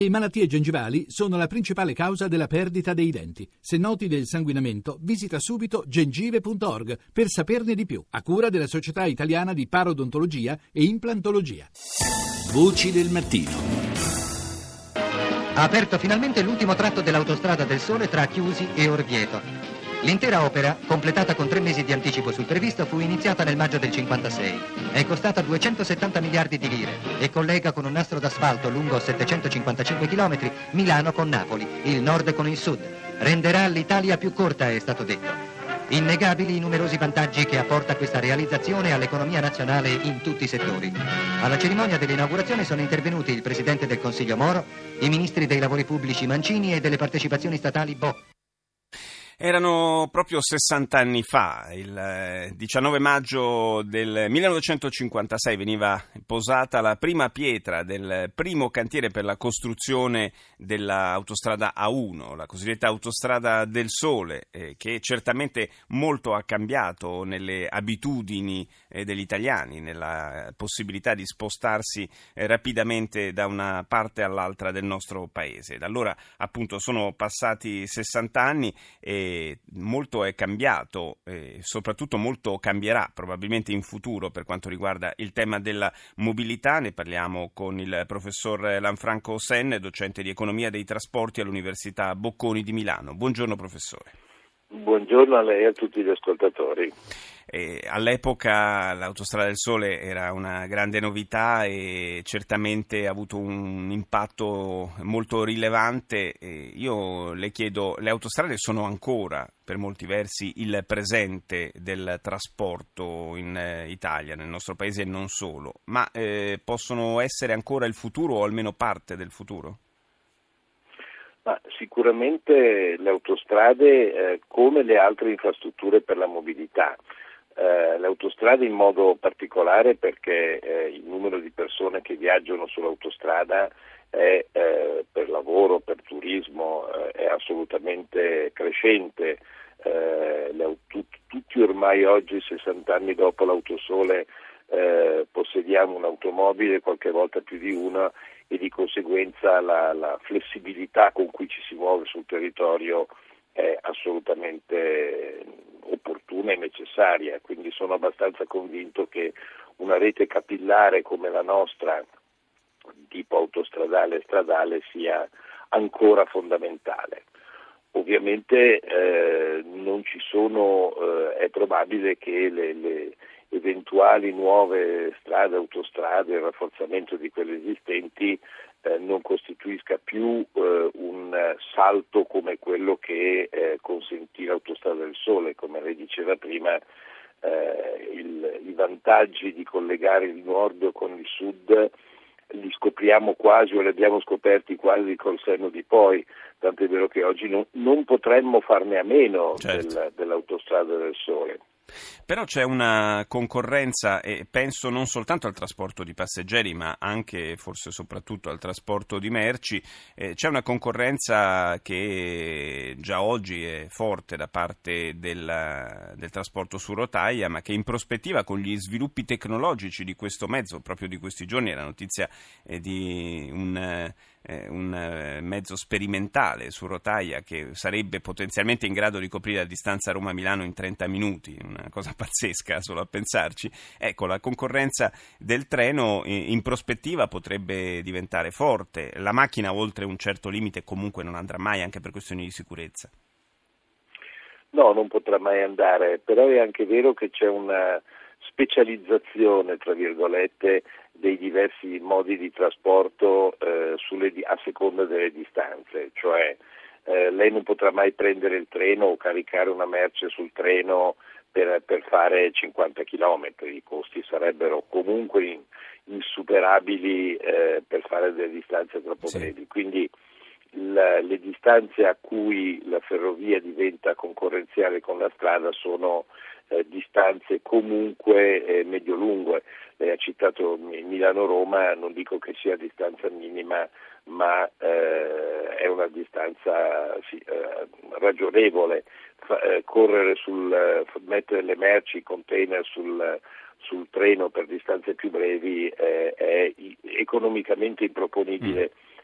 Le malattie gengivali sono la principale causa della perdita dei denti. Se noti del sanguinamento, visita subito gengive.org per saperne di più, a cura della Società Italiana di Parodontologia e Implantologia. Voci del mattino. Ha aperto finalmente l'ultimo tratto dell'Autostrada del Sole tra Chiusi e Orvieto. L'intera opera, completata con 3 mesi di anticipo sul previsto, fu iniziata nel maggio del 56. È costata 270 miliardi di lire e collega con un nastro d'asfalto lungo 755 km Milano con Napoli, il nord con il sud. Renderà l'Italia più corta, è stato detto. Innegabili i numerosi vantaggi che apporta questa realizzazione all'economia nazionale in tutti i settori. Alla cerimonia dell'inaugurazione sono intervenuti il Presidente del Consiglio Moro, i Ministri dei Lavori Pubblici Mancini e delle Partecipazioni Statali Bo. Erano proprio 60 anni fa, il 19 maggio del 1956 veniva posata la prima pietra del primo cantiere per la costruzione dell'autostrada A1, la cosiddetta Autostrada del Sole, che certamente molto ha cambiato nelle abitudini degli italiani, nella possibilità di spostarsi rapidamente da una parte all'altra del nostro paese. Da allora appunto sono passati 60 anni e molto è cambiato e soprattutto molto cambierà probabilmente in futuro per quanto riguarda il tema della mobilità. Ne parliamo con il professor Lanfranco Sen, docente di economia dei trasporti all'Università Bocconi di Milano. Buongiorno professore. Buongiorno a lei e a tutti gli ascoltatori. All'epoca l'Autostrada del Sole era una grande novità e certamente ha avuto un impatto molto rilevante. Io le chiedo, le autostrade sono ancora per molti versi il presente del trasporto in Italia, nel nostro paese e non solo, ma possono essere ancora il futuro o almeno parte del futuro? Ma sicuramente le autostrade, come le altre infrastrutture per la mobilità, le autostrade in modo particolare perché il numero di persone che viaggiano sull'autostrada è per lavoro, per turismo, è assolutamente crescente. Tutti ormai oggi, 60 anni dopo l'Autosole, possediamo un'automobile, qualche volta più di una, e di conseguenza la flessibilità con cui ci si muove sul territorio è assolutamente opportuna e necessaria, quindi sono abbastanza convinto che una rete capillare come la nostra, tipo autostradale e stradale, sia ancora fondamentale. Ovviamente non ci sono, è probabile che le eventuali nuove strade, autostrade, il rafforzamento di quelle esistenti non costituisca più un salto come quello che consentì l'Autostrada del Sole. Come lei diceva prima, i vantaggi di collegare il nord con il sud li scopriamo quasi, o li abbiamo scoperti quasi col senno di poi, tant'è vero che oggi non potremmo farne a meno, certo, dell'Autostrada del Sole. Però c'è una concorrenza, e penso non soltanto al trasporto di passeggeri ma anche, forse soprattutto, al trasporto di merci. C'è una concorrenza che già oggi è forte da parte del trasporto su rotaia, ma che in prospettiva, con gli sviluppi tecnologici di questo mezzo, proprio di questi giorni è la notizia di un mezzo sperimentale su rotaia che sarebbe potenzialmente in grado di coprire la distanza Roma-Milano in 30 minuti, una cosa pazzesca solo a pensarci. Ecco, la concorrenza del treno in prospettiva potrebbe diventare forte. La macchina oltre un certo limite comunque non andrà mai, anche per questioni di sicurezza. No, non potrà mai andare, però è anche vero che c'è una specializzazione, tra virgolette, dei diversi modi di trasporto a seconda delle distanze, cioè lei non potrà mai prendere il treno o caricare una merce sul treno per fare 50 chilometri, i costi sarebbero comunque insuperabili per fare delle distanze troppo brevi, quindi le distanze a cui la ferrovia diventa concorrenziale con la strada sono distanze comunque medio-lunghe. Lei ha citato Milano-Roma, non dico che sia distanza minima, ma è una distanza ragionevole. Correre mettere le merci, i container sul treno per distanze più brevi è economicamente improponibile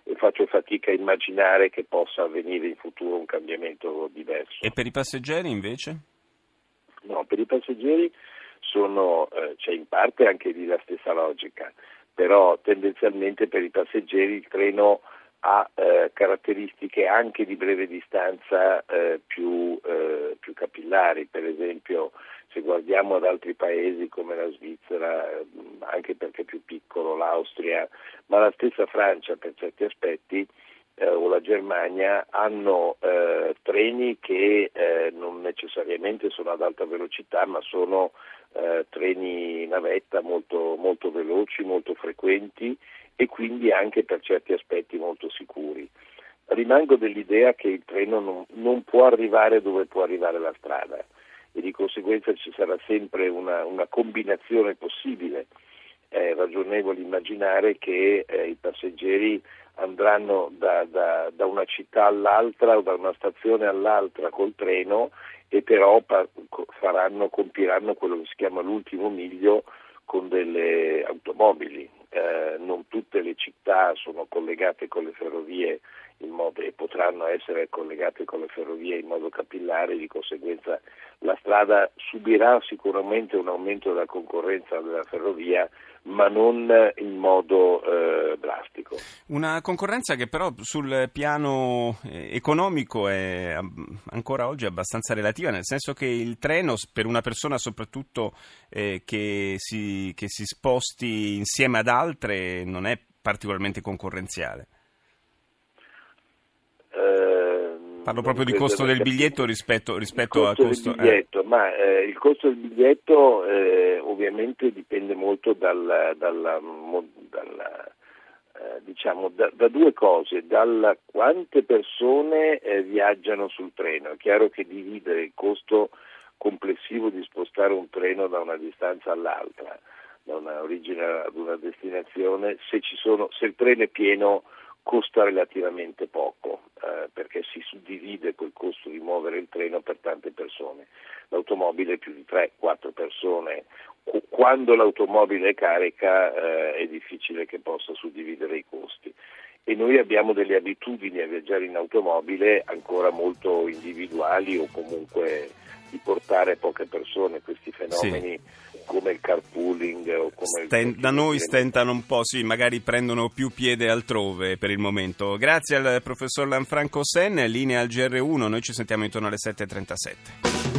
e faccio fatica a immaginare che possa avvenire in futuro un cambiamento diverso. E per i passeggeri invece? No, per i passeggeri c'è in parte anche lì la stessa logica, però tendenzialmente per i passeggeri il treno ha caratteristiche anche di breve distanza più capillari. Per esempio, se guardiamo ad altri paesi come la Svizzera, anche perché è più piccolo, l'Austria, ma la stessa Francia per certi aspetti, o la Germania, hanno treni che non necessariamente sono ad alta velocità, ma sono treni navetta molto, molto veloci, molto frequenti e quindi anche per certi aspetti molto sicuri. Rimango dell'idea che il treno non può arrivare dove può arrivare la strada e di conseguenza ci sarà sempre una combinazione possibile. È ragionevole immaginare che i passeggeri andranno da una città all'altra o da una stazione all'altra col treno e però compiranno quello che si chiama l'ultimo miglio con delle automobili. Non tutte le città sono collegate con le ferrovie e potranno essere collegate con le ferrovie in modo capillare, di conseguenza la strada subirà sicuramente un aumento della concorrenza della ferrovia, ma non in modo drastico. Una concorrenza che però sul piano economico è ancora oggi abbastanza relativa, nel senso che il treno per una persona soprattutto che si sposti insieme ad altre non è particolarmente concorrenziale. Parlo proprio di costo del biglietto rispetto al costo del biglietto, ma il costo del biglietto ovviamente dipende molto da due cose, dalla quante persone viaggiano sul treno. È chiaro che dividere il costo complessivo di spostare un treno da una distanza all'altra, da una origine ad una destinazione, se il treno è pieno costa relativamente poco, perché si suddivide quel costo di muovere il treno per tante persone. L'automobile più di 3-4 persone. Quando l'automobile è carica è difficile che possa suddividere i costi. E noi abbiamo delle abitudini a viaggiare in automobile ancora molto individuali o comunque di portare poche persone. Questi fenomeni come il carpooling o come da noi stentano un po', sì, magari prendono più piede altrove per il momento. Grazie al professor Lanfranco Sen, linea al GR1, noi ci sentiamo intorno alle 7.37.